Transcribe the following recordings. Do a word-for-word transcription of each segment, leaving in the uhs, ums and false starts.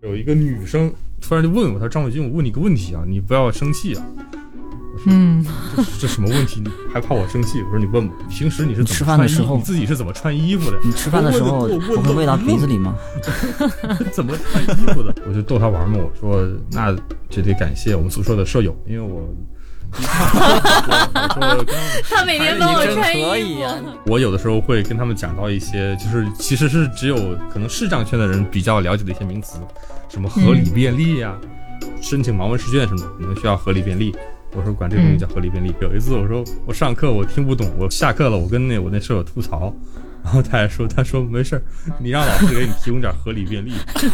有一个女生突然就问我，她说张伟军，我问你个问题啊，你不要生气啊。 嗯， 这这什么问题？你还怕我生气？我说你问我，平时你是怎么吃饭的时候， 你自己是怎么穿衣服的？ 你吃饭的时候不会喂到鼻子里吗？ 怎么穿衣服的？我就逗他玩嘛，我说那这得感谢我们宿舍的舍友，因为我一看我说他每天帮我穿衣服。 可以啊！ 我有的时候会跟他们讲到一些，就是其实是只有可能视障圈的人比较了解的一些名词，什么合理便利呀、啊嗯、申请盲文试卷什么的，可能需要合理便利。我说管这个东西叫合理便利、嗯。有一次我说我上课我听不懂，我下课了，我跟那我那舍友吐槽，然后他还说他说没事，你让老师给你提供点合理便利。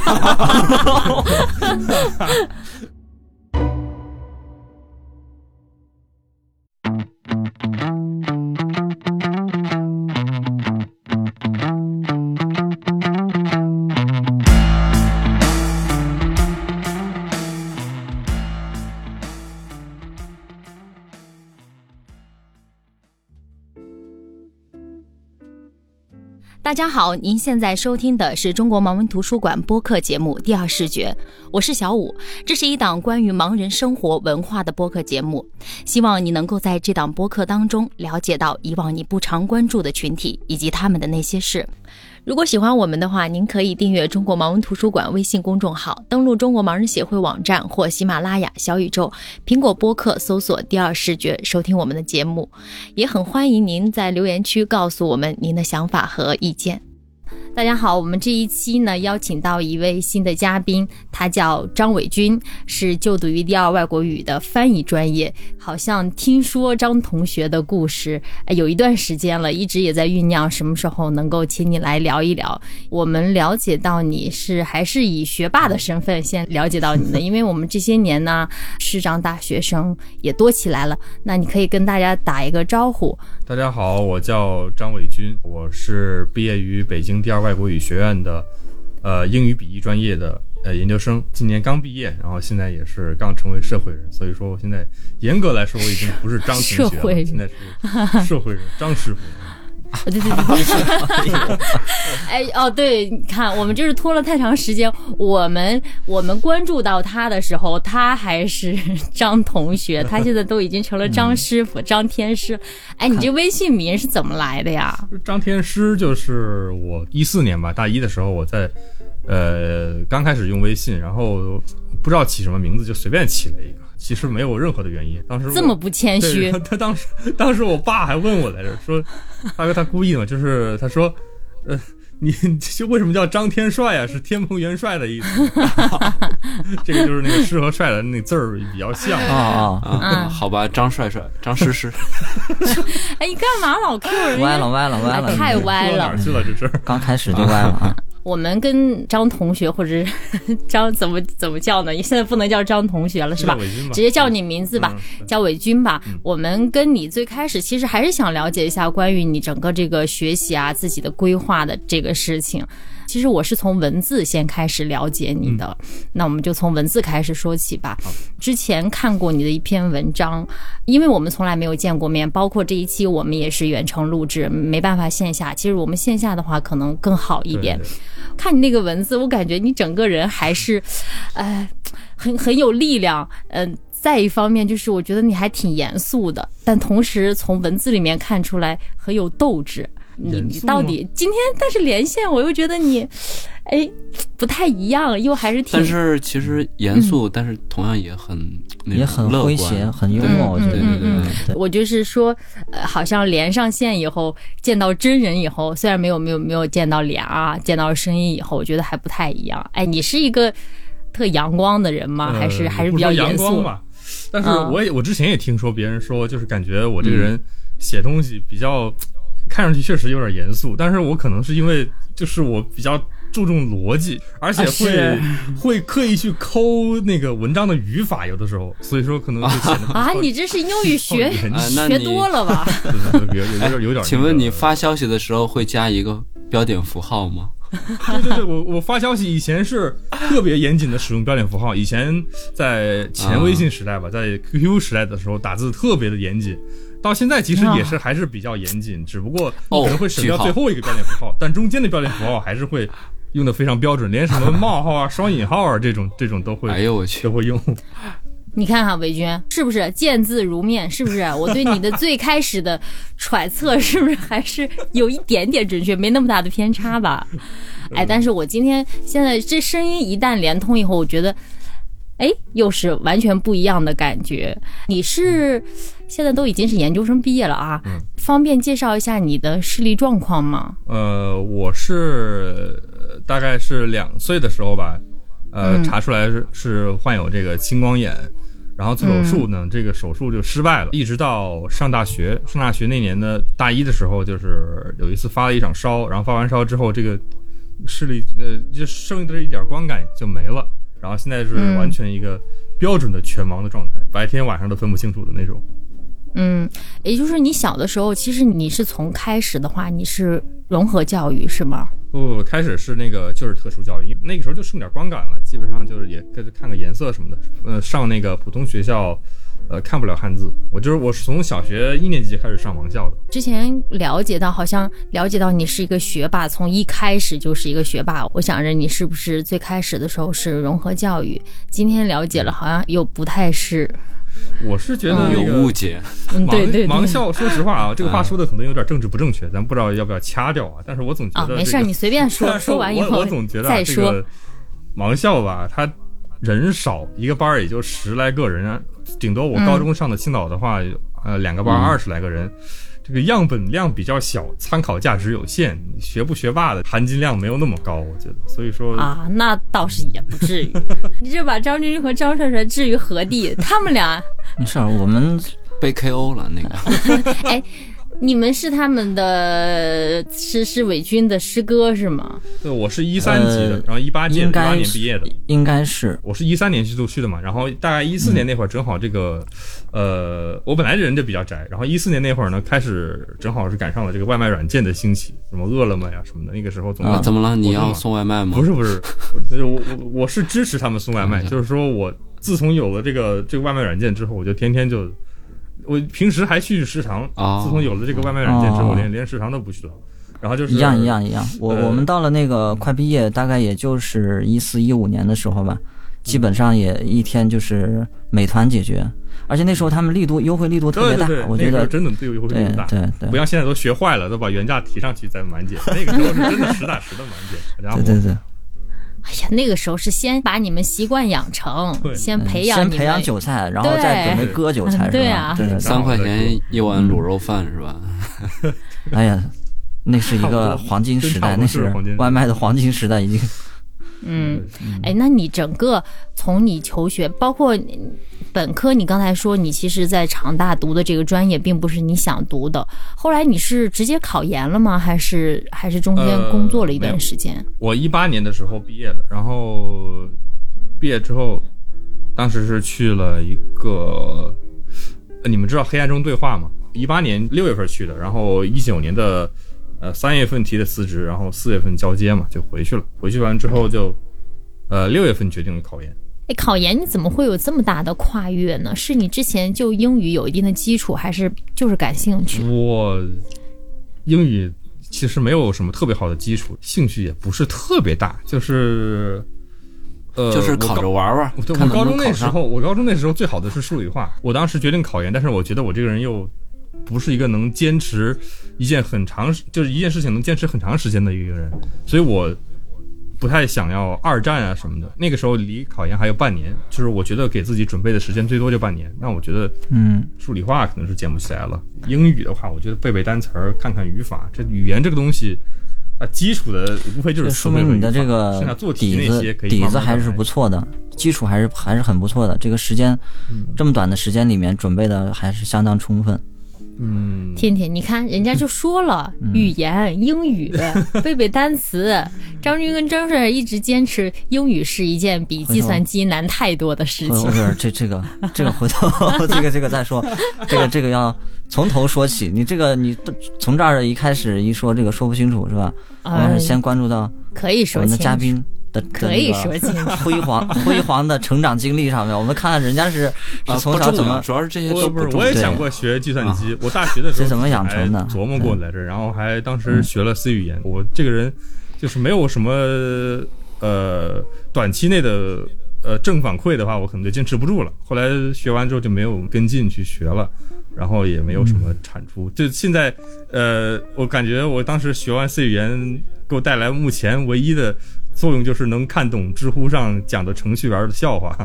大家好，您现在收听的是中国盲文图书馆播客节目《第二视觉》，我是小武。这是一档关于盲人生活文化的播客节目，希望你能够在这档播客当中了解到以往你不常关注的群体以及他们的那些事。如果喜欢我们的话，您可以订阅中国盲文图书馆微信公众号，登录中国盲人协会网站或喜马拉雅、小宇宙、苹果播客搜索第二视觉收听我们的节目。也很欢迎您在留言区告诉我们您的想法和意见。大家好，我们这一期呢邀请到一位新的嘉宾，他叫张伟军，是就读于第二外国语的翻译专业。好像听说张同学的故事有一段时间了，一直也在酝酿什么时候能够请你来聊一聊。我们了解到你是还是以学霸的身份先了解到你的，因为我们这些年呢视障大学生也多起来了，那你可以跟大家打一个招呼。 大家好，我叫张伟军，我是毕业于北京第二外国语学院的呃英语笔译专业的呃研究生，今年刚毕业，然后现在也是刚成为社会人，所以说我现在严格来说我已经不是张同学了，社会人现在是社会人张师傅。 对对对，哎哦，对，你看，我们就是拖了太长时间。我们我们关注到他的时候，他还是张同学，他现在都已经成了张师傅、嗯、张天师。哎，你这微信名是怎么来的呀？ 张天师就是我一四年吧，大一的时候，我在呃刚开始用微信，然后不知道起什么名字，就随便起了一个。其实没有任何的原因，当时这么不谦虚。 他当时当时我爸还问我来着，说大哥他故意的嘛，就是他说，呃，你就为什么叫张天帅啊？是天蓬元帅的意思。这个就是那个诗和帅的那个字儿比较像啊啊啊！好吧，张帅帅，张诗诗。 哎，你干嘛老 Q 人家？ 歪了歪了歪了， 太歪了！ 哪儿去了这事？ 刚开始就歪了啊。 我们跟张同学或者张怎么怎么叫呢？现在不能叫张同学了是吧？直接叫你名字吧，嗯、叫伟军吧、嗯。我们跟你最开始其实还是想了解一下关于你整个这个学习啊、自己的规划的这个事情。其实我是从文字先开始了解你的、嗯、那我们就从文字开始说起吧。之前看过你的一篇文章，因为我们从来没有见过面，包括这一期我们也是远程录制，没办法线下，其实我们线下的话可能更好一点。对对，看你那个文字，我感觉你整个人还是呃很很有力量，嗯、呃再一方面就是我觉得你还挺严肃的，但同时从文字里面看出来很有斗志。你你到底今天但是连线我又觉得你哎不太一样，又还是挺但是其实严肃、嗯、但是同样也很也很诙谐很幽默。我觉得对对对对，我就是说呃，好像连上线以后见到真人以后，虽然没有没有没有见到脸啊，见到声音以后我觉得还不太一样。哎，你是一个特阳光的人吗？还是、呃、还是比较严肃吧？但是我也、嗯、我之前也听说别人说，就是感觉我这个人写东西比较、嗯看上去确实有点严肃，但是我可能是因为就是我比较注重逻辑，而且会、啊、会刻意去抠那个文章的语法，有的时候，所以说可能就显得啊，你这是英语学、啊、学多了吧？ 有有点有点。 请问你发消息的时候会加一个标点符号吗？ 对对对，我我发消息以前是特别严谨的使用标点符号，以前在前微信时代吧，在 Q Q 时代的时候打字特别的严谨。到现在其实也是还是比较严谨，只不过你可能会省掉最后一个标点符号，但中间的标点符号还是会用的非常标准，连什么冒号啊、双引号啊这种这种都会， 哎呦我去， 都会用。 你看哈，伟军是不是见字如面？是不是？我对你的最开始的揣测是不是还是有一点点准确，没那么大的偏差吧？哎，但是我今天现在这声音一旦连通以后，我觉得，哎，又是完全不一样的感觉。你是现在都已经是研究生毕业了啊？嗯，方便介绍一下你的视力状况吗？ 呃，我是大概是两岁的时候吧，呃，嗯、查出来是是患有这个青光眼。然后做手术呢、嗯，这个手术就失败了，一直到上大学，上大学那年的大一的时候，就是有一次发了一场烧，然后发完烧之后，这个视力呃就剩的一点光感就没了，然后现在是完全一个标准的全盲的状态，嗯、白天晚上都分不清楚的那种。 嗯，也就是你小的时候，其实你是从开始的话，你是融合教育是吗？ 不，开始是那个就是特殊教育，因为那个时候就剩点光感了，基本上就是也看个颜色什么的。呃，上那个普通学校，呃，看不了汉字。我就是我是从小学一年级开始上盲校的。 之前了解到，好像了解到你是一个学霸，从一开始就是一个学霸。我想着你是不是最开始的时候是融合教育？今天了解了，好像又不太是。 我是觉得、那个嗯、有误解， 嗯，对对对， 盲校，说实话啊，这个话说的可能有点政治不正确，咱不知道要不要掐掉啊。但是我总觉得、这个， 啊，没事，你随便说，说完以后我我总觉得、啊、 再说。 这个盲校吧，它人少，一个班也就十来个人，顶多我高中上的青岛的话，嗯、呃，两个班二十来个人。嗯，这个样本量比较小，参考价值有限，学不学霸的含金量没有那么高，我觉得。所以说啊，那倒是也不至于。你这把张军和张帅帅置于何地？他们俩没事，我们被 K O 了那个。 哎，你们是他们的是是伪军的师哥是吗？ 对，我是一三级的，呃、然后一八届一八年毕业的， 应该是我是一三年去就去的嘛，然后大概一四年那会儿正好这个。嗯呃，我本来人就比较宅，然后一四年那会儿呢，开始正好是赶上了这个外卖软件的兴起，什么饿了么呀什么的，那个时候总、 啊、怎么了？你要送外卖吗？ 不是不是，我我我是支持他们送外卖，就是说我自从有了这个这个外卖软件之后，我就天天就，我平时还去食堂， 哦、 自从有了这个外卖软件之后，哦、连连食堂都不去了。然后就是一样一样一样，我、呃、我们到了那个快毕业，大概也就是一四一五年的时候吧，基本上也一天就是美团解决。而且那时候他们力度优惠力度特别大， 对对对， 我觉得、 那个、真的对优惠力度大， 对 对, 对， 不像现在都学坏了，都把原价提上去再满减。那个时候是真的实打实的满减，然后对对对。 哎呀，那个时候是先把你们习惯养成，先培养你们， 先培养韭菜，然后再准备割韭菜， 对啊， 对， 三块钱一碗卤肉饭、嗯、是吧？ 哎呀，那是一个黄金时代，那是外卖的黄金时代已经。 嗯，哎，那你整个从你求学，包括本科，你刚才说你其实在长大读的这个专业并不是你想读的，后来你是直接考研了吗？还是还是中间工作了一段时间？ 呃、我一八年的时候毕业的，然后毕业之后，当时是去了一个，你们知道黑暗中对话吗？一八年六月份去的，然后一九年的。呃，三月份提的辞职，然后四月份交接嘛，就回去了。回去完之后就，呃，六月份决定了考研。 哎，考研你怎么会有这么大的跨越呢？是你之前就英语有一定的基础，还是就是感兴趣？ 我英语其实没有什么特别好的基础，兴趣也不是特别大，就是呃， 就是考着玩玩。 我我高中那时候，我高中那时候最好的是数理化。我当时决定考研，但是我觉得我这个人又不是一个能坚持一件很长，就是一件事情能坚持很长时间的一个人，所以我不太想要二战啊什么的。那个时候离考研还有半年，就是我觉得给自己准备的时间最多就半年。那我觉得，嗯，数理化可能是捡不起来了。英语的话，我觉得背背单词儿，看看语法，这语言这个东西啊，基础的无非就是说明你的这个底子底子还是不错的，基础还是还是很不错的。这个时间、嗯、这么短的时间里面准备的还是相当充分。 嗯， 天天，你看人家就说了，嗯、语言、英语、背背单词。张军跟张帅一直坚持英语是一件比计算机难太多的事情。 不是，这这个这个回头这个这个再说，这个这个要从头说起。你这个你从这儿一开始一说这个说不清楚是吧？我们是先关注到可以说我们的嘉宾。的可以说清楚辉煌辉煌的成长经历上面，我们看看人家是是从小怎么、 啊，主要是这些都不是。我也想过学计算机，我大学的时候是怎么养成的？ 琢磨过来着，然后还当时学了 C 语言。我这个人就是没有什么呃短期内的呃正反馈的话，我可能就坚持不住了。后来学完之后就没有跟进去学了，然后也没有什么产出。就现在呃，我感觉我当时学完 C 语言给我带来目前唯一的作用就是能看懂知乎上讲的程序员的笑话。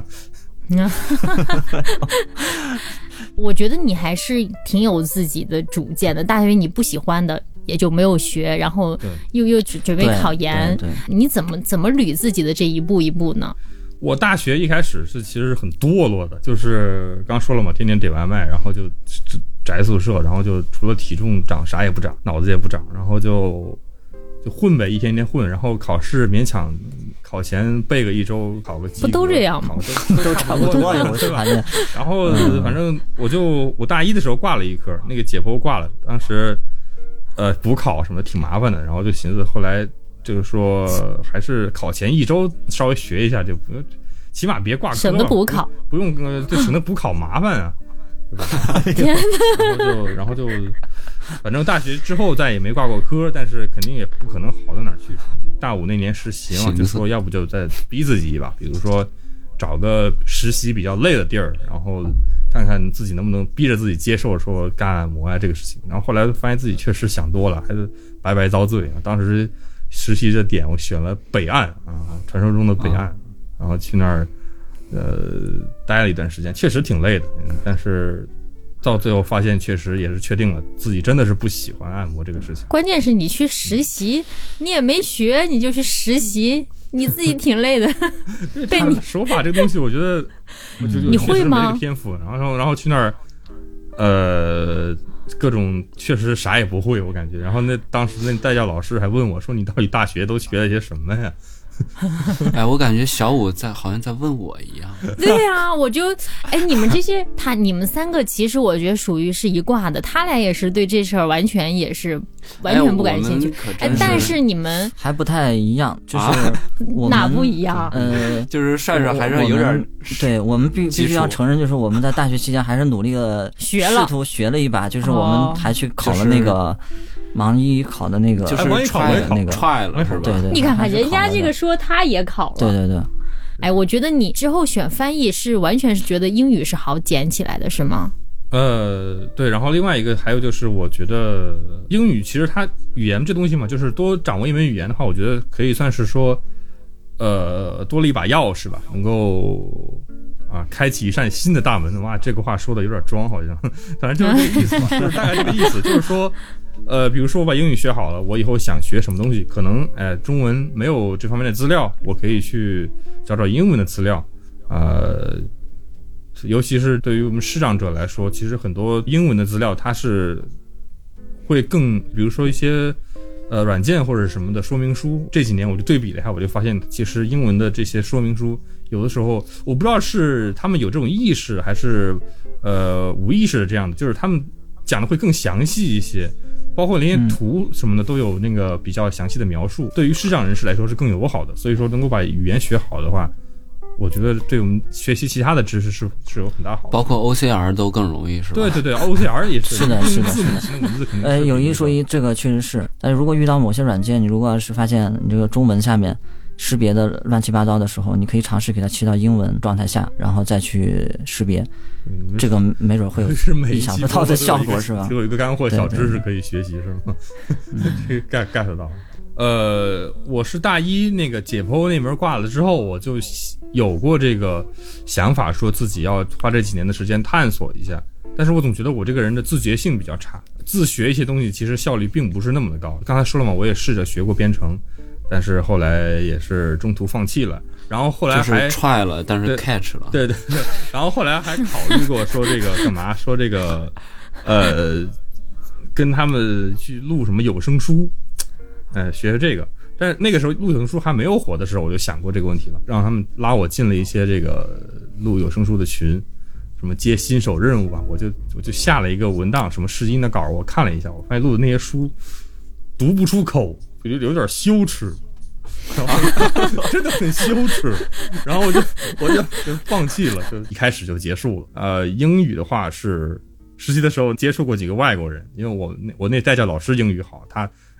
我觉得你还是挺有自己的主见的，大学你不喜欢的也就没有学，然后又又准备考研，你怎么怎么捋自己的这一步一步呢？ 我大学一开始是其实很堕落的，就是刚说了嘛，天天点外卖，然后就宅宿舍，然后就除了体重长啥也不长，脑子也不长，然后就就混呗，一天一天混，然后考试勉强考前背个一周，考个及格， 不都这样吗？ 都, 都差不多呀，我对吧？然后反正我就我大一的时候挂了一科，那个解剖挂了，当时呃补考什么挺麻烦的，然后就寻思后来就是说还是考前一周稍微学一下，就不起码别挂科， 省得补考， 不用呃就省得补考麻烦啊。对吧？ 天然后就然后就反正大学之后再也没挂过科，但是肯定也不可能好到哪儿去。大五那年实习嘛，就说要不就再逼自己一把，比如说找个实习比较累的地儿，然后看看自己能不能逼着自己接受说干按摩啊这个事情。然后后来发现自己确实想多了，还是白白遭罪。当时实习的点我选了北岸啊，传说中的北岸，然后去那儿呃待了一段时间，确实挺累的，但是到最后发现确实也是确定了自己真的是不喜欢按摩这个事情。 关键是你去实习你也没学，你就去实习，你自己挺累的。 对你手法这个东西我觉得我就你会吗？ 没这个天赋，然后然后去那儿呃各种确实啥也不会我感觉。然后那当时那代教老师还问我说你到底大学都学了些什么呀？ 哎，我感觉小五在好像在问我一样。 对呀、啊，我就哎，你们这些他你们三个其实我觉得属于是一挂的，他俩也是对这事儿完全也是完全不感兴趣。哎，是但是你们还不太一样，就是我们、 啊、哪不一样？ 呃， 就是帅帅还是有点， 对我们必必须要承认，就是我们在大学期间还是努力的学了， 试图学了一把，就是我们还去考了那个。盲一考的那个， 就是踹的那个， 踹了是吧？ 对对， 你看看人家这个说他也考了， 对对对。 哎，我觉得你之后选翻译是完全是觉得英语是好捡起来的，是吗？ 呃，对。然后另外一个还有就是，我觉得英语其实它语言这东西嘛，就是多掌握一门语言的话，我觉得可以算是说，呃，多了一把钥匙吧，能够。啊，开启一扇新的大门。哇，这个话说的有点装，好像，反正就是这个意思吧，就是大概这个意思，就是说，呃，比如说我把英语学好了，我以后想学什么东西，可能，哎，中文没有这方面的资料，我可以去找找英文的资料，呃，尤其是对于我们视障者来说，其实很多英文的资料它是会更，比如说一些。呃，软件或者什么的说明书，这几年我就对比了一下，我就发现其实英文的这些说明书，有的时候我不知道是他们有这种意识，还是呃无意识的这样的，就是他们讲的会更详细一些，包括连图什么的都有那个比较详细的描述，对于视障人士来说是更友好的。所以说，能够把语言学好的话，我觉得对我们学习其他的知识是是有很大好处， 包括 O C R 都更容易，是吧？ 对对对 ，O C R 也是， 是的，是的， 字母型的文字肯定。 呃，有一说一，这个确实是。但是如果遇到某些软件，你如果要是发现你这个中文下面识别的乱七八糟的时候，你可以尝试给它切到英文状态下，然后再去识别，嗯、这个没准会有意想不到的效果，是吧？ 有一个干货小知识可以学习，是吗？这个 get get 到。呃，我是大一那个解剖那门挂了之后，我就有过这个想法，说自己要花这几年的时间探索一下。但是我总觉得我这个人的自觉性比较差，自学一些东西其实效率并不是那么的高。刚才说了嘛，我也试着学过编程，但是后来也是中途放弃了。然后后来还踹了，但是 catch 了。 对对对。然后后来还考虑过说这个干嘛？说这个呃，跟他们去录什么有声书。呃，学学这个，但是那个时候录有声书还没有火的时候，我就想过这个问题了，让他们拉我进了一些这个录有声书的群，什么接新手任务啊，我就我就下了一个文档，什么试音的稿，我看了一下，我发现录的那些书读不出口，我觉得有点羞耻，然后真的很羞耻，然后我就我就就放弃了，就一开始就结束了。呃，英语的话是实习的时候接触过几个外国人，因为我那我那代教老师英语好，他。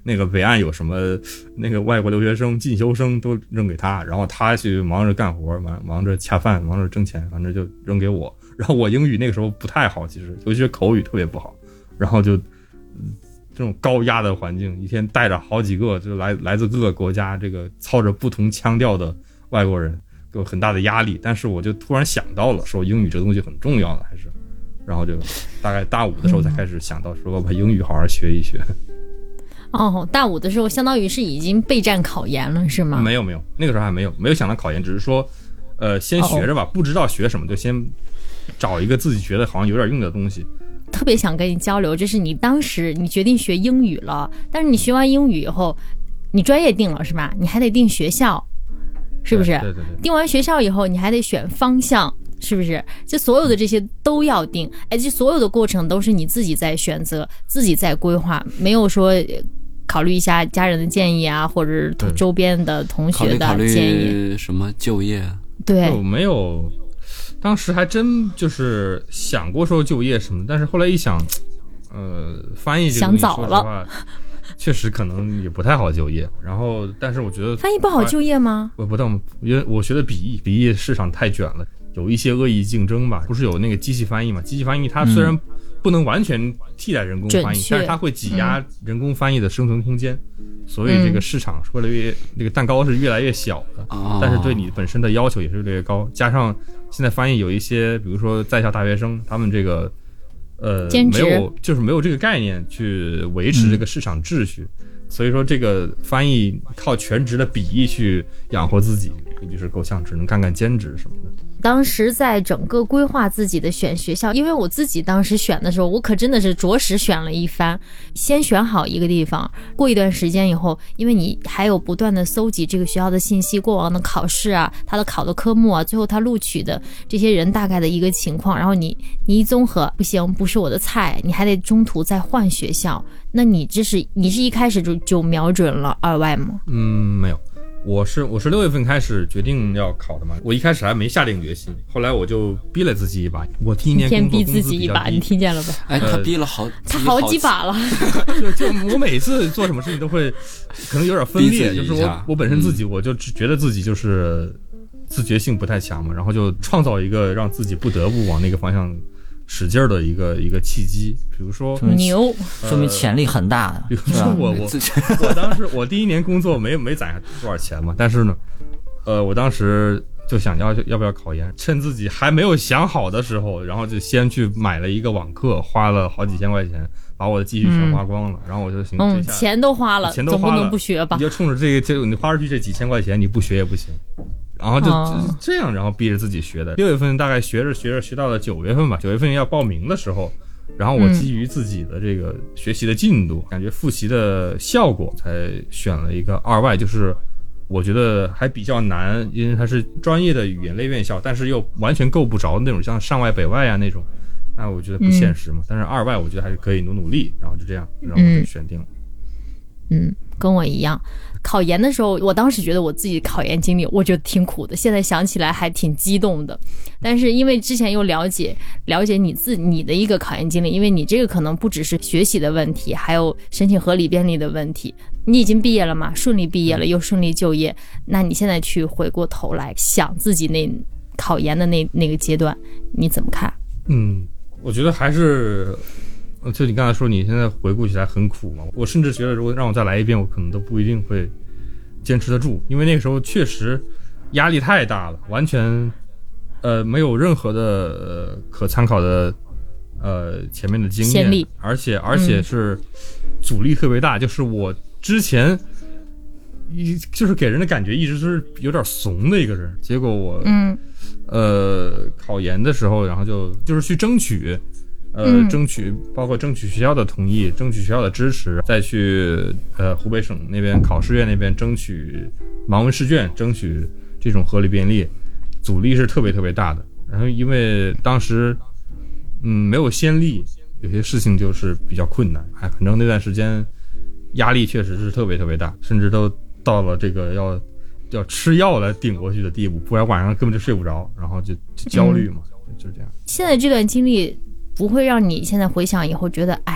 那个北岸有什么那个外国留学生、进修生都扔给他，然后他去忙着干活，忙忙着恰饭，忙着挣钱，反正就扔给我。然后我英语那个时候不太好，其实尤其是口语特别不好，然后就、嗯、这种高压的环境，一天带着好几个就来来自各个国家这个操着不同腔调的外国人，给我很大的压力。但是我就突然想到了，说英语这东西很重要的，还是，然后就大概大五的时候才开始想到说我把英语好好学一学。 哦，大五的时候相当于是已经备战考研了是吗？ 没有没有，那个时候还没有没有想到考研，只是说呃先学着吧，不知道学什么就先找一个自己觉得好像有点用的东西。 特别想跟你交流，就是你当时你决定学英语了，但是你学完英语以后，你专业定了是吧？你还得定学校，是不是？ 对对对。 定完学校以后，你还得选方向，是不是？这所有的这些都要定，哎，这所有的过程都是你自己在选择，自己在规划，没有说考虑一下家人的建议啊，或者周边的同学的建议。 考虑考虑什么就业？ 对， 我没有。当时还真就是想过说就业什么，但是后来一想，呃，翻译这个东西想早了， 确实可能也不太好就业。然后，但是我觉得翻译不好就业吗？ 我不懂，因为我学的笔译，笔译市场太卷了，有一些恶意竞争吧。不是有那个机器翻译嘛？机器翻译它虽然不能完全替代人工翻译，但是它会挤压人工翻译的生存空间。嗯，所以这个市场越来越，这个蛋糕是越来越小的， 哦， 但是对你本身的要求也是越来越高。加上现在翻译有一些，比如说在校大学生，他们这个呃没有就是没有这个概念去维持这个市场秩序，嗯，所以说这个翻译靠全职的笔译去养活自己，估计是够呛，只能干干兼职什么的。 当时在整个规划自己的选学校，因为我自己当时选的时候，我可真的是着实选了一番，先选好一个地方，过一段时间以后，因为你还有不断的搜集这个学校的信息，过往的考试啊，他的考的科目啊，最后他录取的这些人大概的一个情况，然后你你一综合，不行，不是我的菜，你还得中途再换学校。那你这是你是一开始就就瞄准了二外吗？ 嗯，没有。我是我是六月份开始决定要考的嘛，我一开始还没下定决心，后来我就逼了自己一把。我第一年工作逼自己一把，你听见了吧？ 哎，他逼了好， 他好几把了。 就就我每次做什么事情都会，可能有点分裂，就是我我本身自己我就觉得自己就是自觉性不太强嘛，然后就创造一个让自己不得不往那个方向使劲的一个一个契机，比如说牛， 呃、说明潜力很大。 比如说我我我当时我第一年工作没没攒下多少钱嘛，但是呢，呃，我当时就想要要不要考研，趁自己还没有想好的时候，然后就先去买了一个网课，花了好几千块钱，把我的积蓄全花光了，嗯、然后我就行， 嗯，钱都花了， 钱都花了， 总不能不学吧？ 你就冲着这个这你花出去这几千块钱，你不学也不行。然后就这样，然后逼着自己学的。六月份大概学着学着学到了九月份吧，九月份要报名的时候，然后我基于自己的这个学习的进度，嗯、感觉复习的效果，才选了一个二外，就是我觉得还比较难，因为它是专业的语言类院校，但是又完全够不着那种像上外北外啊那种，那我觉得不现实嘛。嗯、但是二外我觉得还是可以努努力，然后就这样，然后就选定了。 嗯，跟我一样。考研的时候，我当时觉得我自己考研经历，我觉得挺苦的，现在想起来还挺激动的。但是因为之前又了解了解你自你的一个考研经历，因为你这个可能不只是学习的问题，还有申请合理便利的问题。你已经毕业了嘛，顺利毕业了，又顺利就业，那你现在去回过头来想自己那考研的那那个阶段，你怎么看？ 嗯，我觉得还是。就你刚才说你现在回顾起来很苦嘛，我甚至觉得如果让我再来一遍，我可能都不一定会坚持得住，因为那个时候确实压力太大了，完全呃没有任何的呃可参考的呃前面的经验，而且而且是阻力特别大，嗯、就是我之前一就是给人的感觉一直是有点怂的一个人，结果我嗯呃考研的时候，然后就就是去争取。呃， 嗯、 争取包括争取学校的同意，争取学校的支持，再去呃湖北省那边考试院那边争取盲文试卷，争取这种合理便利，阻力是特别特别大的。然后因为当时嗯没有先例，有些事情就是比较困难，哎，反正那段时间压力确实是特别特别大，甚至都到了这个要要吃药来顶过去的地步，不然晚上根本就睡不着，然后就就焦虑嘛，嗯、就是这样。 现在这段经历。不会让你现在回想以后觉得，哎，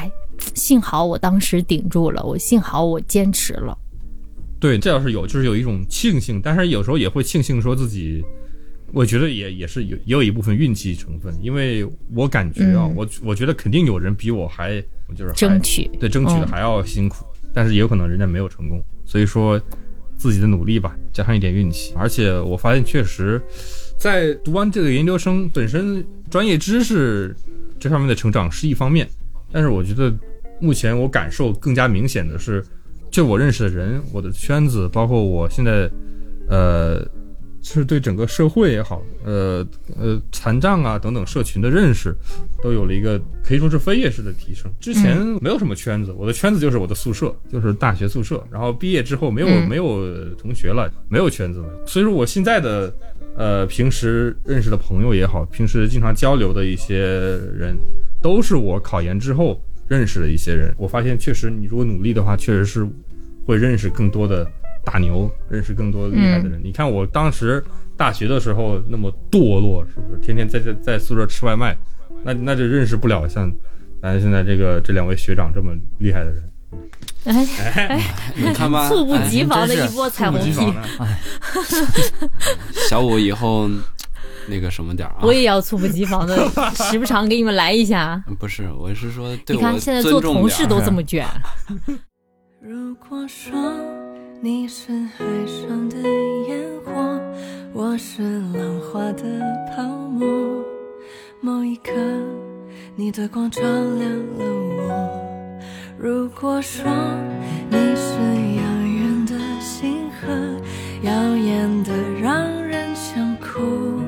幸好我当时顶住了，我幸好我坚持了。 对，这要是有，就是有一种庆幸，但是有时候也会庆幸说自己，我觉得也也是有也有一部分运气成分，因为我感觉啊，嗯、我我觉得肯定有人比我还就是还争取， 对争取的还要辛苦，嗯、但是也有可能人家没有成功，所以说自己的努力吧，加上一点运气，而且我发现确实，在读完这个研究生本身专业知识这方面的成长是一方面，但是我觉得目前我感受更加明显的是。就我认识的人，我的圈子，包括我现在，呃，就是对整个社会也好，呃呃，残障啊等等社群的认识，都有了一个可以说是飞跃式的提升。之前没有什么圈子，我的圈子就是我的宿舍，就是大学宿舍。然后毕业之后没有、嗯、没有同学了，没有圈子了。所以说我现在的呃平时认识的朋友也好，平时经常交流的一些人，都是我考研之后认识的一些人。我发现确实你如果努力的话，确实是会认识更多的大牛，认识更多厉害的人、嗯、你看我当时大学的时候那么堕落，是不是天天在在在宿舍吃外卖，那那就认识不了像咱现在这个这两位学长这么厉害的人。 哎哎， 你看吧， 猝不及防的一波彩虹屁。 哎，小五以后那个什么点啊， 我也要猝不及防的，时不常给你们来一下。 不是，我是说对我尊重点。 你看现在做同事都这么卷。 如果说你是海上的烟火，我是浪花的泡沫，某一刻你的光照亮了我。如果说你是遥远的星河，耀眼的让人想哭，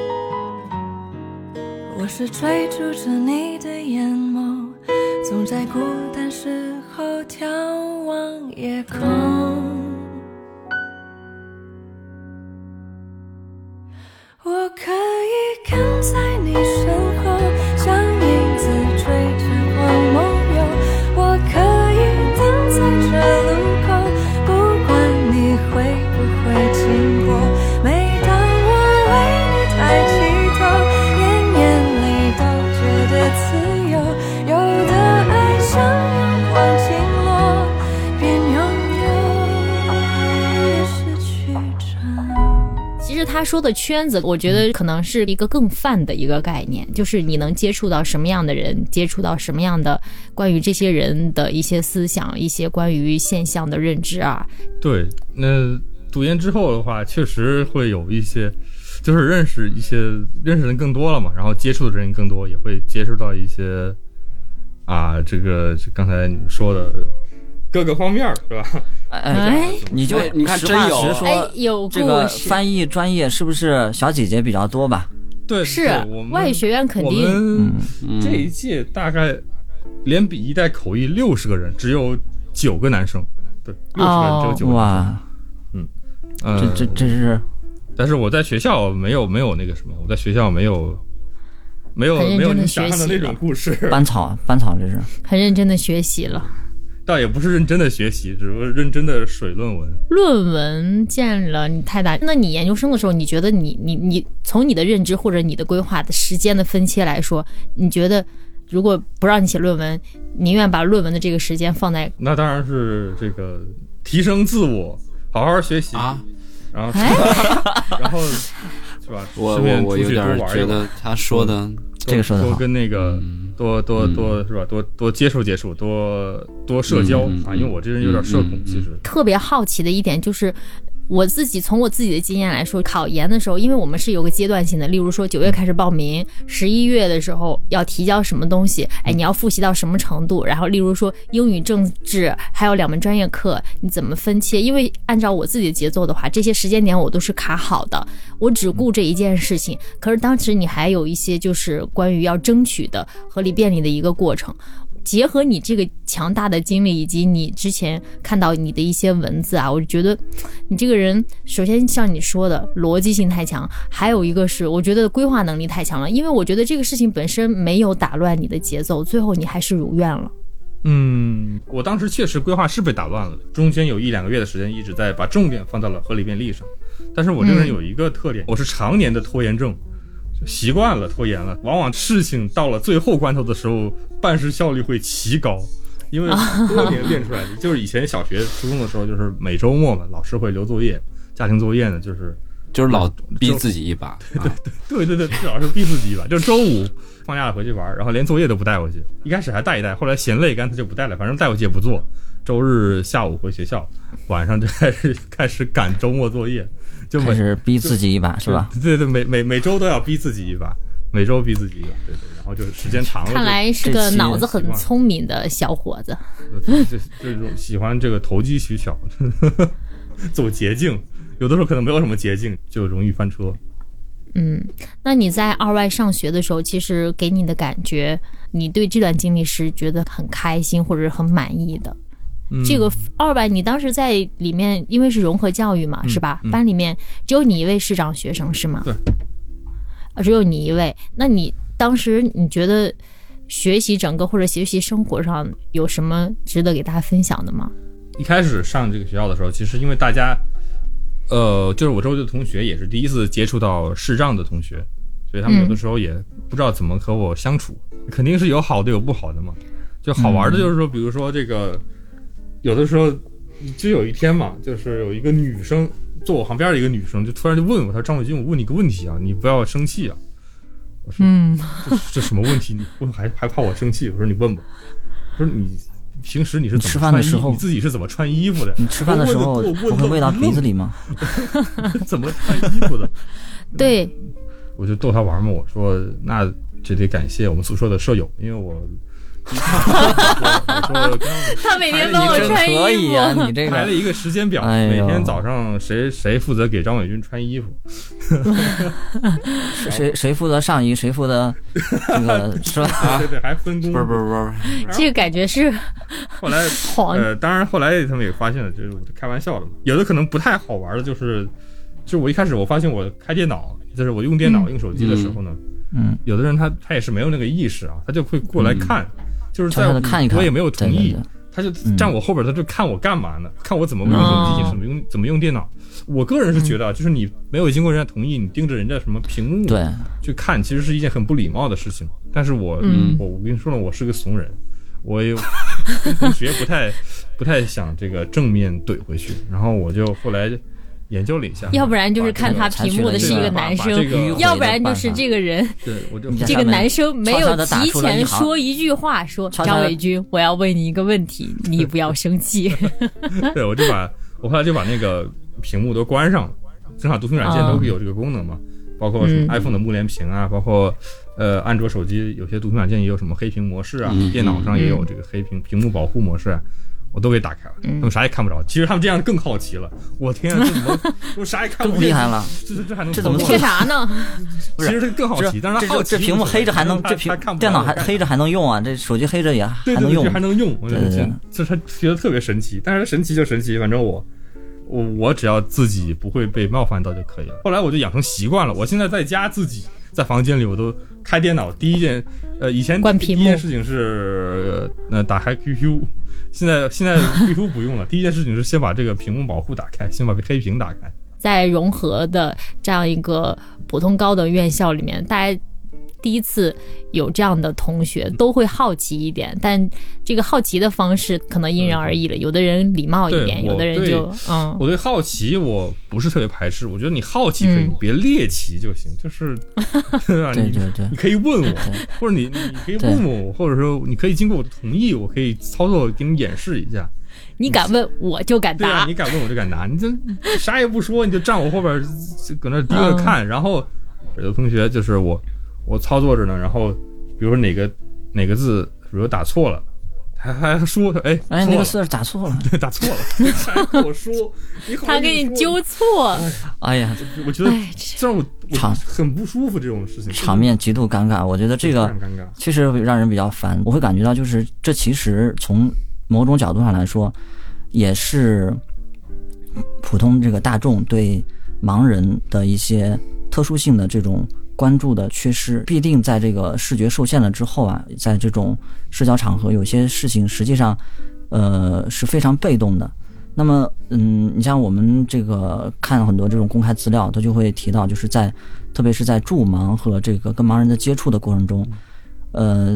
我是追逐着你的眼眸，总在孤单时候眺望夜空。我可以跟在你身后，像影子追着光梦游。我可以等在这路口，不管你会不会经过。每当我为你抬起头，眼眼里都觉得自由。有的爱像阳光倾落，边拥有也失去着。 其实他说的圈子，我觉得可能是一个更泛的一个概念，就是你能接触到什么样的人，接触到什么样的关于这些人的一些思想，一些关于现象的认知啊。 对，那读研之后的话，确实会有一些，就是认识一些认识人更多了嘛，然后接触的人更多，也会接触到一些啊，这个刚才你们说的各个方面，是吧？ 哎，你就你看真有实说， 有这个翻译专业是不是小姐姐比较多吧？ 对， 是外语学院肯定。 我们这一届大概连比一代口译六十个人，只有九个男生。对，六十个人只有九个男生。哇，嗯，呃、 这这这是。 但是我在学校没有没有那个什么，我在学校没有。没有没有你想象的那种故事， 班草班草这是很认真的学习了， 倒也不是认真的学习，只不过认真的水论文。 论文见了你太大，那你研究生的时候，你觉得你你你从你的认知或者你的规划的时间的分切来说，你觉得如果不让你写论文，宁愿把论文的这个时间放在…… 那当然是这个提升自我，好好学习啊，然后、哎、然后是吧？ 我我我有点觉得他说的。嗯这个说的好， 多跟那个多多多是吧？多多接触接触，多多社交、嗯、啊！因为我这人有点社恐，其实特别好奇的一点就是。我自己从我自己的经验来说，考研的时候，因为我们是有个阶段性的，例如说九月开始报名，十一月的时候要提交什么东西，哎，你要复习到什么程度，然后例如说英语、政治还有两门专业课，你怎么分切？因为按照我自己的节奏的话，这些时间点我都是卡好的，我只顾这一件事情。可是当时你还有一些就是关于要争取的合理便利的一个过程。结合你这个强大的经历以及你之前看到你的一些文字啊，我觉得你这个人首先像你说的逻辑性太强，还有一个是我觉得规划能力太强了，因为我觉得这个事情本身没有打乱你的节奏，最后你还是如愿了。 嗯，我当时确实规划是被打乱了，中间有一两个月的时间一直在把重点放到了合理便利上，但是我这个人有一个特点、嗯、我是常年的拖延症，习惯了拖延了，往往事情到了最后关头的时候办事效率会奇高， 因为多年练出来的。就是以前小学、初中的时候，就是每周末嘛，老师会留作业，家庭作业呢，就是就是老逼自己一把。 对对对对对对，老是逼自己一把。就是周五放假了回去玩，然后连作业都不带回去。一开始还带一带，后来嫌累，干脆就不带了，反正带回去也不做。周日下午回学校，晚上就开始开始赶周末作业，就开始逼自己一把，是吧？ 对对，每每每周都要逼自己一把。每周逼自己一个，对对，然后就是时间长了， 看来是个脑子很聪明的小伙子。 这这这种喜欢这个投机取巧，走捷径，有的时候可能没有什么捷径，就容易翻车。 嗯，那你在二外上学的时候，其实给你的感觉，你对这段经历是觉得很开心或者很满意的。嗯、这个二外，你当时在里面，因为是融合教育嘛，嗯、是吧？嗯、班里面只有你一位市长学生，是吗？ 对。 只有你一位，那你当时你觉得学习整个或者学习生活上有什么值得给大家分享的吗？ 一开始上这个学校的时候，其实因为大家，呃，就是我周围的同学也是第一次接触到视障的同学，所以他们有的时候也不知道怎么和我相处，嗯、肯定是有好的有不好的嘛。就好玩的就是说，比如说这个，有的时候就有一天嘛，就是有一个女生。坐我旁边的一个女生就突然就问我，她说：“张伟军，我问你个问题啊，你不要生气啊。”我说：“嗯，这这什么问题？你问还还怕我生气？”我说：“你问吧。”我说：“你平时你是怎么吃饭的时候， 你自己是怎么穿衣服的？ 你吃饭的时候不会喂到鼻子里吗？ 怎么穿衣服的？” 对， 我就逗她玩嘛。我说：“那这得感谢我们宿舍的舍友，因为我。”我说他每天帮我穿衣服， 可以啊！你这个排了一个时间表， 哎、 每天早上谁谁负责给张伟军穿衣服， 谁谁负责上衣，谁负责这个是吧？ 对对，还分工。 不是不是不是， 这个感觉是后来呃，当然后来他们也发现了，就是我开玩笑的嘛。有的可能不太好玩的，就是就是我一开始我发现我开电脑，就是我用电脑、嗯、用手机的时候呢， 嗯， 有的人他他也是没有那个意识啊，他就会过来看。嗯就是在我看一看， 我也没有同意， 对对对， 他就站我后边，他就看我干嘛呢？嗯、看我怎么用手机，怎么用怎么用电脑。我个人是觉得，就是你没有经过人家同意，你盯着人家什么屏幕对去看，其实是一件很不礼貌的事情。但是我、 嗯、 我我跟你说了，我是个怂人，我也跟同学不太不太想这个正面怼回去，然后我就后来。研究了一下， 要不然就是看他屏幕的是一个男生， 这个、 要不然就是这个人， 对，我就这个男生没有提前说一句话，说张伟军，我要问你一个问题，你不要生气。 对，我就把我后来就把那个屏幕都关上了，正好读屏软件都有这个功能嘛，哦、包括什么 iPhone 的幕联屏啊，嗯、包括呃安卓手机有些读屏软件也有什么黑屏模式啊，嗯、电脑上也有这个黑屏、嗯、屏幕保护模式啊。我都给打开了，他们啥也看不着。其实他们这样更好奇了。我天啊，这怎么我啥也看不见？ 更厉害了， 这这这还能这怎么干啥呢？ 其实这更好奇，但是他好奇这屏幕黑着还能这屏电脑还黑着还能用啊？这手机黑着也还能用， 对对对还能用。我对对， 这他觉得特别神奇。但是神奇就神奇，反正我我我只要自己不会被冒犯到就可以了。后来我就养成习惯了，我现在在家自己在房间里我都开电脑，第一件呃以前第一件事情是呃打开 Q Q。现在现在 Q Q 不用了，第一件事情是先把这个屏幕保护打开，先把黑屏打开。 在融合的这样一个普通高等院校里面，大家第一次有这样的同学都会好奇一点，但这个好奇的方式可能因人而异了，有的人礼貌一点，有的人就嗯， 我对好奇我不是特别排斥，我觉得你好奇可以，嗯、别猎奇就行，就是对吧？ 对对对， 你可以问我，或者你你可以问我，或者说你可以经过我的同意，我可以操作给你演示一下。 你敢问我就敢答， 对啊，你敢问我就敢答，你就啥也不说，你就站我后边搁那盯着看，嗯、然后有的同学就是我。我操作着呢，然后比如说哪个哪个字，比如打错了，还还说他哎哎那个字打错了， 对，打错了，还跟我说，你好他给你纠错， 哎呀， 我觉得这让我场很不舒服，这种事情场面极度尴尬，我觉得这个确实让人比较烦，我会感觉到就是这其实从某种角度上来说，也是普通这个大众对盲人的一些特殊性的这种。关注的缺失，必定在这个视觉受限了之后啊，在这种社交场合，有些事情实际上，呃，是非常被动的。那么，嗯，你像我们这个看很多这种公开资料，它就会提到，就是在，特别是在助盲和这个跟盲人的接触的过程中，呃，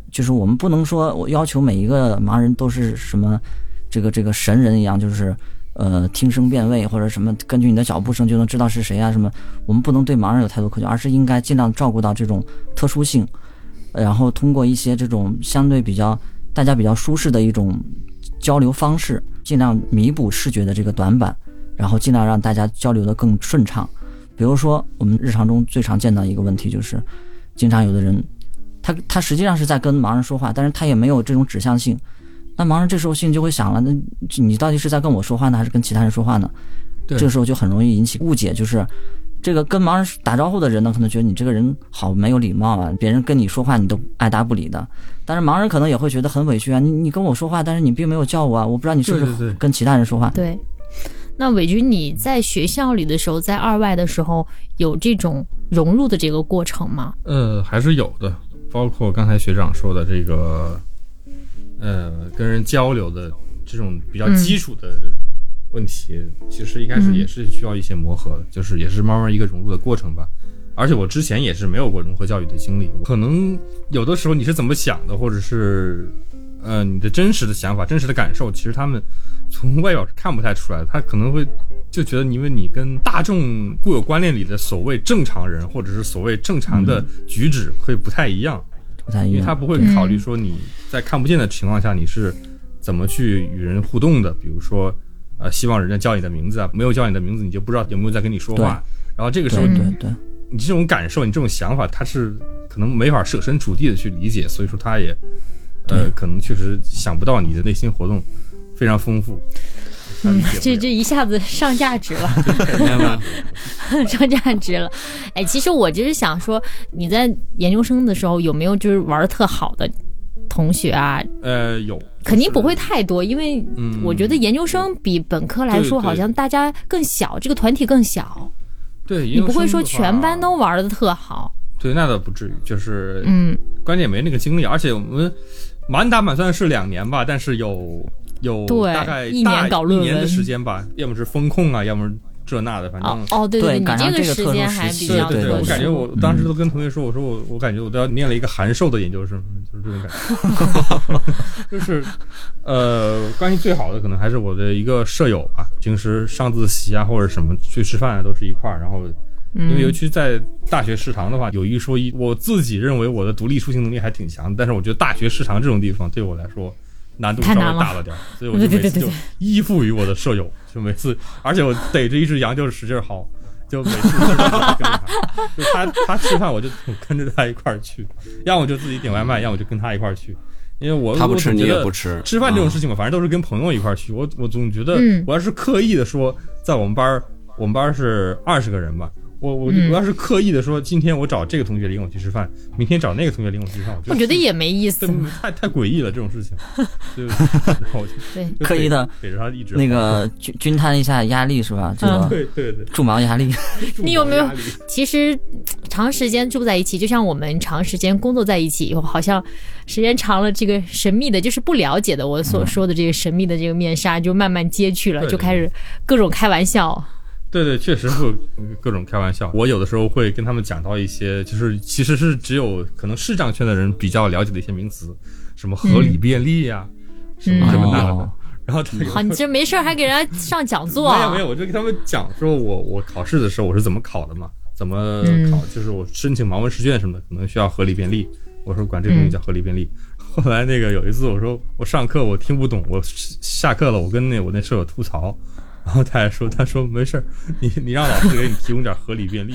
就是我们不能说我要求每一个盲人都是什么这个这个神人一样，就是呃听声辨位或者什么根据你的脚步声就能知道是谁啊什么，我们不能对盲人有太多苛求，而是应该尽量照顾到这种特殊性，然后通过一些这种相对比较大家比较舒适的一种交流方式，尽量弥补视觉的这个短板，然后尽量让大家交流的更顺畅。比如说我们日常中最常见到一个问题，就是经常有的人他他实际上是在跟盲人说话，但是他也没有这种指向性，那盲人这时候心里就会想了，那你到底是在跟我说话呢还是跟其他人说话呢？这个时候就很容易引起误解，就是这个跟盲人打招呼的人呢，可能觉得你这个人好没有礼貌啊，别人跟你说话你都爱答不理的，但是盲人可能也会觉得很委屈啊，你你跟我说话，但是你并没有叫我啊，我不知道你是不是跟其他人说话。 对，那伟军你在学校里的时候，在二外的时候有这种融入的这个过程吗？ 呃，还是有的，包括刚才学长说的这个，呃，跟人交流的这种比较基础的问题，嗯、其实一开始也是需要一些磨合的，嗯、就是也是慢慢一个融入的过程吧。而且我之前也是没有过融合教育的经历，可能有的时候你是怎么想的，或者是呃你的真实的想法、真实的感受，其实他们从外表是看不太出来的，他可能会就觉得因为你跟大众固有观念里的所谓正常人或者是所谓正常的举止会不太一样， 不太一样， 因为他不会考虑说你在看不见的情况下你是怎么去与人互动的，比如说呃希望人家叫你的名字啊，没有叫你的名字你就不知道有没有在跟你说话，然后这个时候对对对， 你这种感受你这种想法他是可能没法设身处地的去理解，所以说他也呃可能确实想不到你的内心活动非常丰富。 嗯，这这一下子上价值了，上价值了。哎，其实我就是想说，你在研究生的时候有没有就是玩得特好的同学啊？ 呃，有， 肯定不会太多，因为我觉得研究生比本科来说，好像大家更小，这个团体更小。 对， 你不会说全班都玩得特好。 对，那倒不至于，就是嗯，关键没那个精力，而且我们满打满算是两年吧，但是有。有大概一年搞论文一年的时间吧，要么是风控啊，要么这那的，反正哦哦对对，你这个时间还比较对对对，我感觉我当时都跟同学说，我说我我感觉我都要念了一个函授的研究生，就是这种感觉，就是呃，关系最好的可能还是我的一个舍友吧，平时上自习啊或者什么去吃饭啊都是一块儿，然后因为尤其在大学食堂的话，有一说一，我自己认为我的独立出行能力还挺强，但是我觉得大学食堂这种地方对我来说。难度稍微大了点，所以我就每次就依附于我的舍友，就每次，而且我逮着一只羊就是使劲薅，就每次跟着他，就他他吃饭我就跟着他一块儿去，要么就自己点外卖，要么就跟他一块儿去，因为我他不吃你也不吃， 吃饭这种事情嘛，反正都是跟朋友一块儿去，我我总觉得我要是刻意的说，在我们班我们班是二十个人吧。我我我要是刻意的说，今天我找这个同学领我去吃饭，明天找那个同学领我去吃饭， 我觉得也没意思， 太太诡异了这种事情。对，然后我就对刻意的给着他一直那个均均摊一下压力是吧？这个对对对， 助毛压力。 你有没有？其实长时间住在一起，就像我们长时间工作在一起以后，好像时间长了，这个神秘的，就是不了解的，我所说的这个神秘的这个面纱就慢慢揭去了，就开始各种开玩笑。 对对，确实会各种开玩笑。我有的时候会跟他们讲到一些，就是其实是只有可能视障圈的人比较了解的一些名词，什么合理便利呀、啊嗯，什么什么那个的。嗯、然后他好，你这没事还给人家上讲座、啊？ 没有没有，我就跟他们讲说我我考试的时候我是怎么考的嘛，怎么考，嗯、就是我申请盲文试卷什么的，可能需要合理便利。我说管这东西叫合理便利。嗯、后来那个有一次我说我上课我听不懂，我下课了，我跟那我那舍友吐槽。然后他还说：“他说没事，你你让老师给你提供点合理便利。”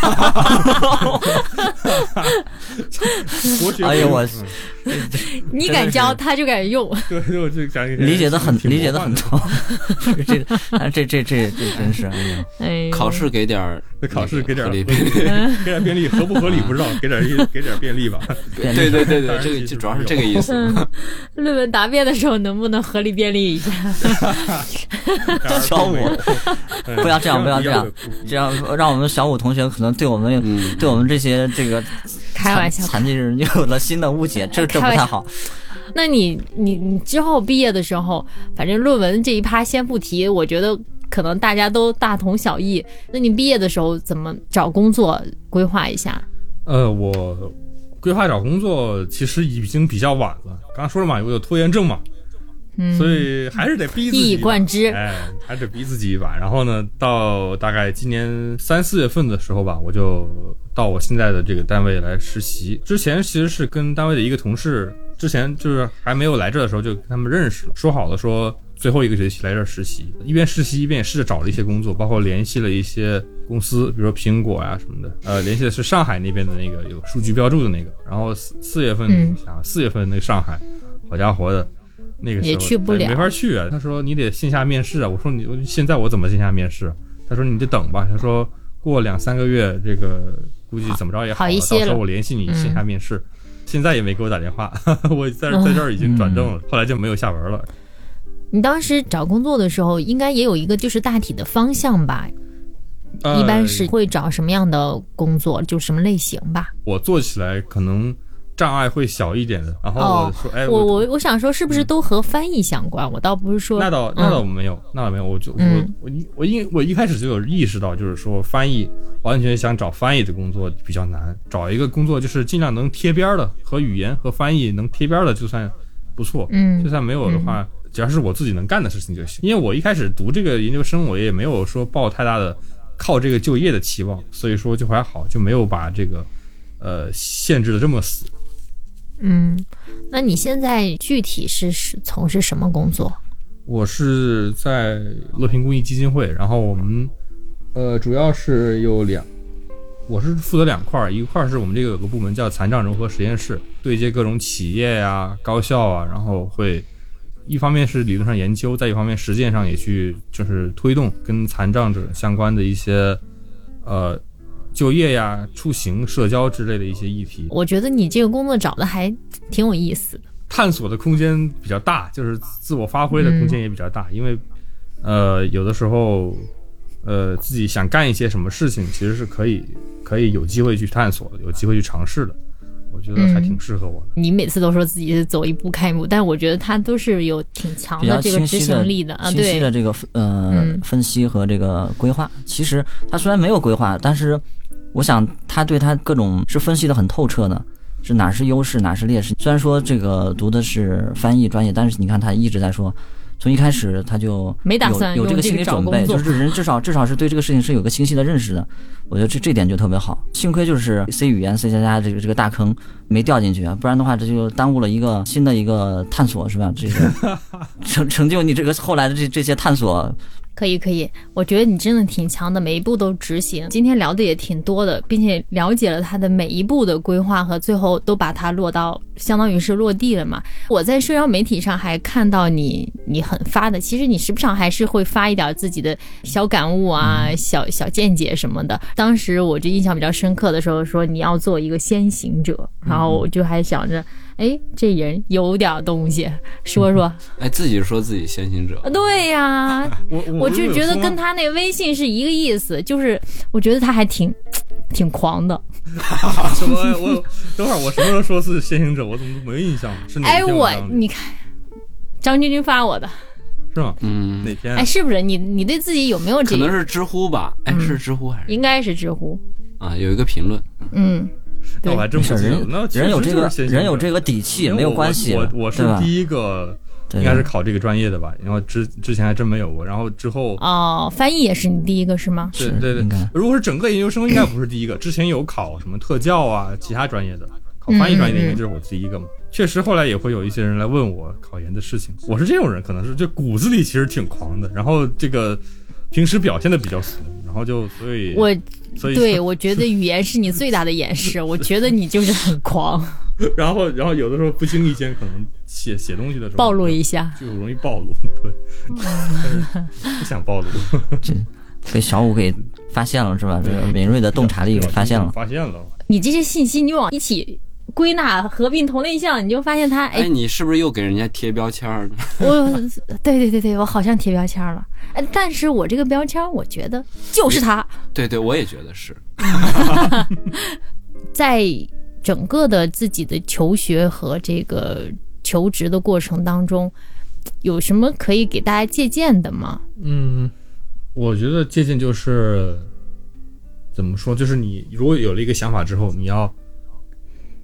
哎呦我， 嗯、你敢教他就敢用， 对，就就讲理解的很理解的很透。这这这这这真是， 哎呀， 考试给点， 考试给点合理便利，给点便利，合不合理不知道，给点给点便利吧。 对对对对，这个就主要是这个意思。 论文答辩的时候能不能合理便利一下？ 小五，不要这样，不要这样，这样让我们小五同学可能对我们、嗯、对我们这些这个开玩笑残疾人有了新的误解，这这不太好。 那你你你之后毕业的时候，反正论文这一趴先不提，我觉得可能大家都大同小异。那你毕业的时候怎么找工作规划一下？ 呃，我规划找工作其实已经比较晚了，刚刚说了嘛，我有拖延症嘛， 嗯， 所以还是得逼自己一以贯之， 哎，还是得逼自己一把。然后呢，到大概今年三四月份的时候吧，我就到我现在的这个单位来实习。之前其实是跟单位的一个同事，之前就是还没有来这的时候就跟他们认识了，说好了说最后一个学期来这儿实习，一边实习一边也试着找了一些工作，包括联系了一些公司，比如说苹果啊什么的，呃，联系的是上海那边的那个有数据标注的那个。然后四四月份， 嗯想四月份那个上海，好家伙的，那个时候也去不了， 没法去啊。他说你得线下面试啊，我说你现在我怎么线下面试？他说你得等吧，他说过两三个月，这个估计怎么着也好了， 好一些了， 到时候我联系你线下面试。嗯、现在也没给我打电话，我在在这儿已经转正了，嗯、后来就没有下文了。 你当时找工作的时候，应该也有一个就是大体的方向吧？呃、一般是会找什么样的工作，就什么类型吧？ 我做起来可能障碍会小一点的。然后我说，哦、哎， 我我我想说，是不是都和翻译相关？嗯、我倒不是说， 那倒那倒没有，嗯、那倒没有。我就嗯、 我我我一我一开始就有意识到，就是说翻译完全想找翻译的工作比较难，找一个工作就是尽量能贴边的，和语言和翻译能贴边的就算不错。 嗯， 就算没有的话。嗯只要是我自己能干的事情就行，因为我一开始读这个研究生，我也没有说抱太大的靠这个就业的期望，所以说就还好，就没有把这个呃限制的这么死。 嗯，那你现在具体是是从事什么工作？ 我是在乐平公益基金会，然后我们呃主要是有两，我是负责两块，一块是我们这个有个部门叫残障融合实验室，对接各种企业呀、高校啊，然后会。一方面是理论上研究，在一方面实践上也去就是推动跟残障者相关的一些呃就业呀、出行、社交之类的一些议题。 我觉得你这个工作找的还挺有意思的， 探索的空间比较大，就是自我发挥的空间也比较大，嗯、因为呃有的时候呃自己想干一些什么事情，其实是可以可以有机会去探索的，有机会去尝试的。我觉得还挺适合我的、 嗯。你每次都说自己是走一步看一步，但我觉得他都是有挺强的这个执行力的啊， 清晰的这个呃、嗯、分析和这个规划。其实他虽然没有规划，但是我想他对他各种是分析的很透彻的，是哪是优势，哪是劣势。虽然说这个读的是翻译专业，但是你看他一直在说。从一开始他就没打算有有这个心理准备，就是人至少至少是对这个事情是有个清晰的认识的。我觉得这这点就特别好。幸亏就是 C 语言 C 加加这个这个大坑没掉进去啊，不然的话这就耽误了一个新的一个探索，是吧？这个成成就你这个后来的这这些探索。 可以可以，我觉得你真的挺强的，每一步都执行。今天聊的也挺多的，并且了解了他的每一步的规划和最后都把它落到相当于是落地了嘛。我在社交媒体上还看到你你很发的，其实你时不常还是会发一点自己的小感悟啊、小小见解什么的。当时我就印象比较深刻的时候说你要做一个先行者，然后我就还想着哎，这人有点东西，说说。 哎，自己说自己先行者。 对呀，我我就觉得跟他那微信是一个意思，就是我觉得他还挺挺狂的。 什么？我等会儿我什么时候说是先行者？我怎么都没印象？是哪天？ 哎，我你看，张君君发我的。 是吗？ 嗯， 哪天？ 哎，是不是你你对自己有没有这个？ 可能是知乎吧？哎，是知乎还是？ 应该是知乎。 啊，有一个评论。 嗯。 那我还真不知道，那人有这个人有这个底气没有关系。 我我是第一个，应该是考这个专业的吧？然后之之前还真没有过，然后之后哦，翻译也是你第一个是吗？ 对对对，如果是整个研究生，应该不是第一个。之前有考什么特教啊，其他专业的，考翻译专业的应该就是我第一个嘛。确实，后来也会有一些人来问我考研的事情。我是这种人，可能是就骨子里其实挺狂的，然后这个平时表现的比较俗，然后就所以我。对，我觉得语言是你最大的掩饰。我觉得你就是很狂， 然后，然后有的时候不经意间可能写写东西的时候暴露一下， 就容易暴露。对，不想暴露。 这被小五给发现了是吧？这个敏锐的洞察力给发现了， 发现了。 你这些信息你往一起归纳合并同类项，你就发现它哎， 哎，你是不是又给人家贴标签了？ 我，对对对对，我好像贴标签了。哎，但是我这个标签，我觉得就是他。 对对，我也觉得是。 在整个的自己的求学和这个求职的过程当中，有什么可以给大家借鉴的吗？ 嗯，我觉得借鉴就是怎么说，就是你如果有了一个想法之后，你要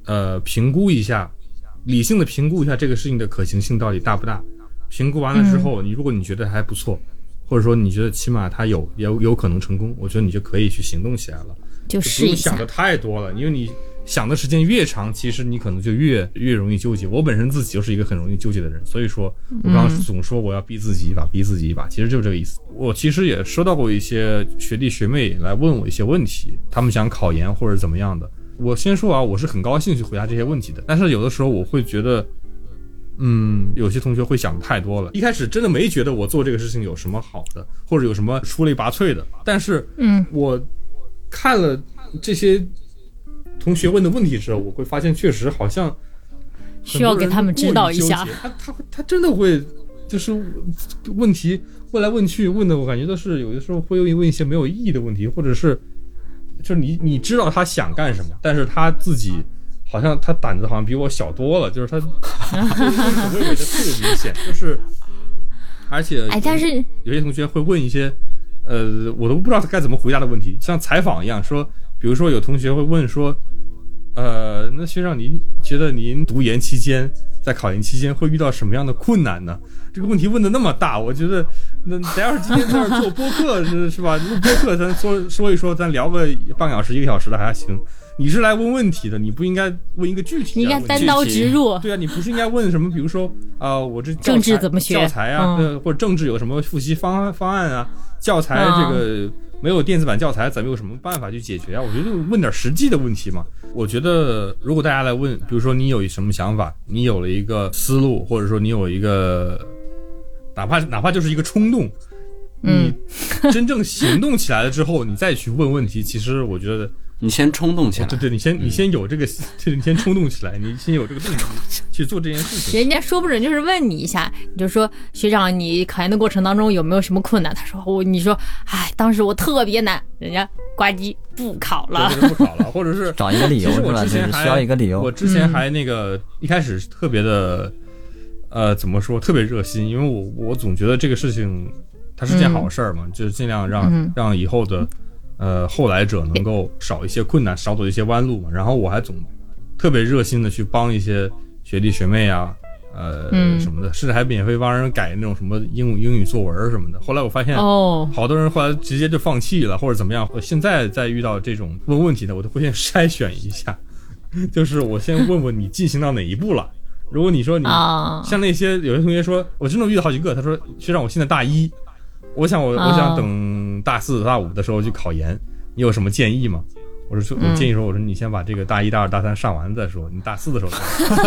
呃评估一下，理性的评估一下这个事情的可行性到底大不大。评估完了之后，你如果你觉得还不错，或者说你觉得起码它有有有可能成功，我觉得你就可以去行动起来了， 就试一下。 不用想的太多了，因为你想的时间越长，其实你可能就越越容易纠结。我本身自己就是一个很容易纠结的人，所以说我刚刚总说我要逼自己一把，逼自己一把，其实就是这个意思。我其实也收到过一些学弟学妹来问我一些问题，他们想考研或者怎么样的。我先说啊，我是很高兴去回答这些问题的，但是有的时候我会觉得，嗯，有些同学会想太多了。一开始真的没觉得我做这个事情有什么好的，或者有什么出类拔萃的，但是，嗯，我看了这些同学问的问题之后，我会发现确实好像需要给他们指导一下。 他他他真的会就是问题问来问去问的，我感觉都是有的时候会问一些没有意义的问题，或者是就是你你知道他想干什么，但是他自己好像他胆子好像比我小多了，就是他这个为的特别明显，就是而且哎，但是有些同学会问一些呃我都不知道他该怎么回答的问题，像采访一样说。比如说有同学会问说，呃，那学长您觉得您读研期间，在考研期间会遇到什么样的困难呢？这个问题问的那么大，我觉得那咱要是今天在这做播客是是吧？录播客咱说说一说，咱聊个半个小时一个小时的还行。你是来问问题的，你不应该问一个具体的， 你应该单刀直入。 对啊，你不是应该问什么？比如说啊、呃，我这政治怎么学教材啊，嗯、或者政治有什么复习方方案啊？教材这个。嗯没有电子版教材，咱们有什么办法去解决啊？我觉得问点实际的问题嘛。我觉得如果大家来问，比如说你有什么想法，你有了一个思路，或者说你有一个，哪怕哪怕就是一个冲动，你真正行动起来了之后，你再去问问题，其实我觉得你先冲动起来， 对对，你先你先有这个，你先冲动起来，你先有这个动力去做这件事情。 人家说不准就是问你一下，你就说学长，你考研的过程当中有没有什么困难？他说我，你说，哎，当时我特别难，人家呱唧不考了， 对对不考了，或者是找一个理由是吧？ 就是需要一个理由。 我之前还那个、嗯、一开始特别的，呃，怎么说，特别热心，因为我我总觉得这个事情它是件好事嘛、嗯，就是尽量让、嗯、让以后的。呃，后来者能够少一些困难，少走一些弯路嘛。然后我还总特别热心的去帮一些学弟学妹啊，呃、嗯、什么的，甚至还免费帮人改那种什么英英语作文什么的。后来我发现，哦，好多人后来直接就放弃了，或者怎么样。现在再遇到这种问问题的，我都会先筛选一下，就是我先问问你进行到哪一步了。如果你说你、哦、像那些有些同学说，我真的遇到好几个，他说学长，我现在大一。我想我我想等大四大五的时候去考研，你有什么建议吗？我说我建议说，我说你先把这个大一大二大三上完再说，你大四的时候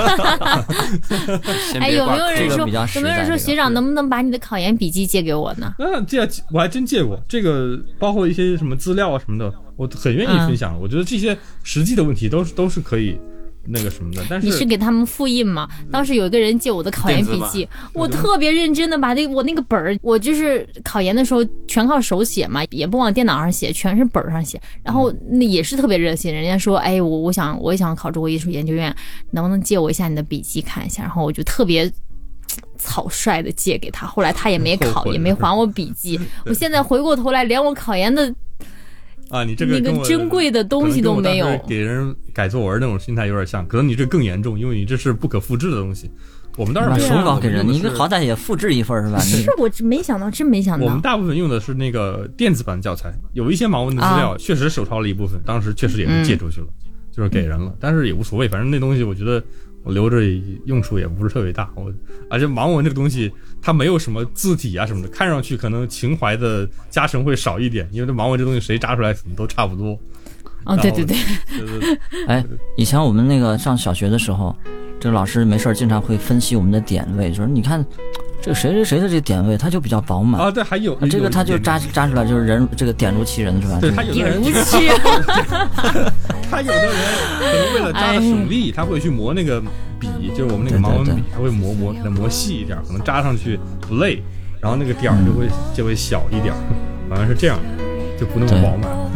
哎，有没有人说有没有人说学长能不能把你的考研笔记借给我呢？ 啊，这我还真借过，这个包括一些什么资料啊什么的，我很愿意分享、嗯、我觉得这些实际的问题都是都是可以那个什么的。但是你是给他们复印吗？当时有一个人借我的考研笔记，我特别认真的把那我那个本儿，我就是考研的时候全靠手写嘛，也不往电脑上写，全是本上写。然后那也是特别热心，人家说，哎，我我想我也想考中国艺术研究院，能不能借我一下你的笔记看一下？然后我就特别草率的借给他，后来他也没考，也没还我笔记。我现在回过头来，连我考研的。 啊，你这个那个珍贵的东西都没有， 给人改作文那种心态有点像，可能你这更严重，因为你这是不可复制的东西。我们当然手稿给人，你好歹也复制一份是吧？ 是我没想到，真没想到。 我们大部分用的是那个电子版教材，有一些盲文的资料、啊、确实手抄了一部分，当时确实也是借出去了，嗯、就是给人了，但是也无所谓，反正那东西我觉得我留着用处也不是特别大。我而且盲文这个东西它没有什么字体啊什么的，看上去可能情怀的加成会少一点，因为这盲文这东西谁扎出来可能都差不多。 哦，对对对。 哎，以前我们那个上小学的时候，这个老师没事经常会分析我们的点位，就是你看这个谁谁谁的这个点位，它就比较饱满啊。对，还有这个他就扎扎出来就是人这个点如其人是吧？ 对，他有的人点如其人， 他有的人可能为了扎的省力，他会去磨那个笔，就是我们那个盲文笔，他会磨磨给它磨细一点，可能扎上去不累，然后那个点儿就会就会小一点，反正是这样，就不那么饱满。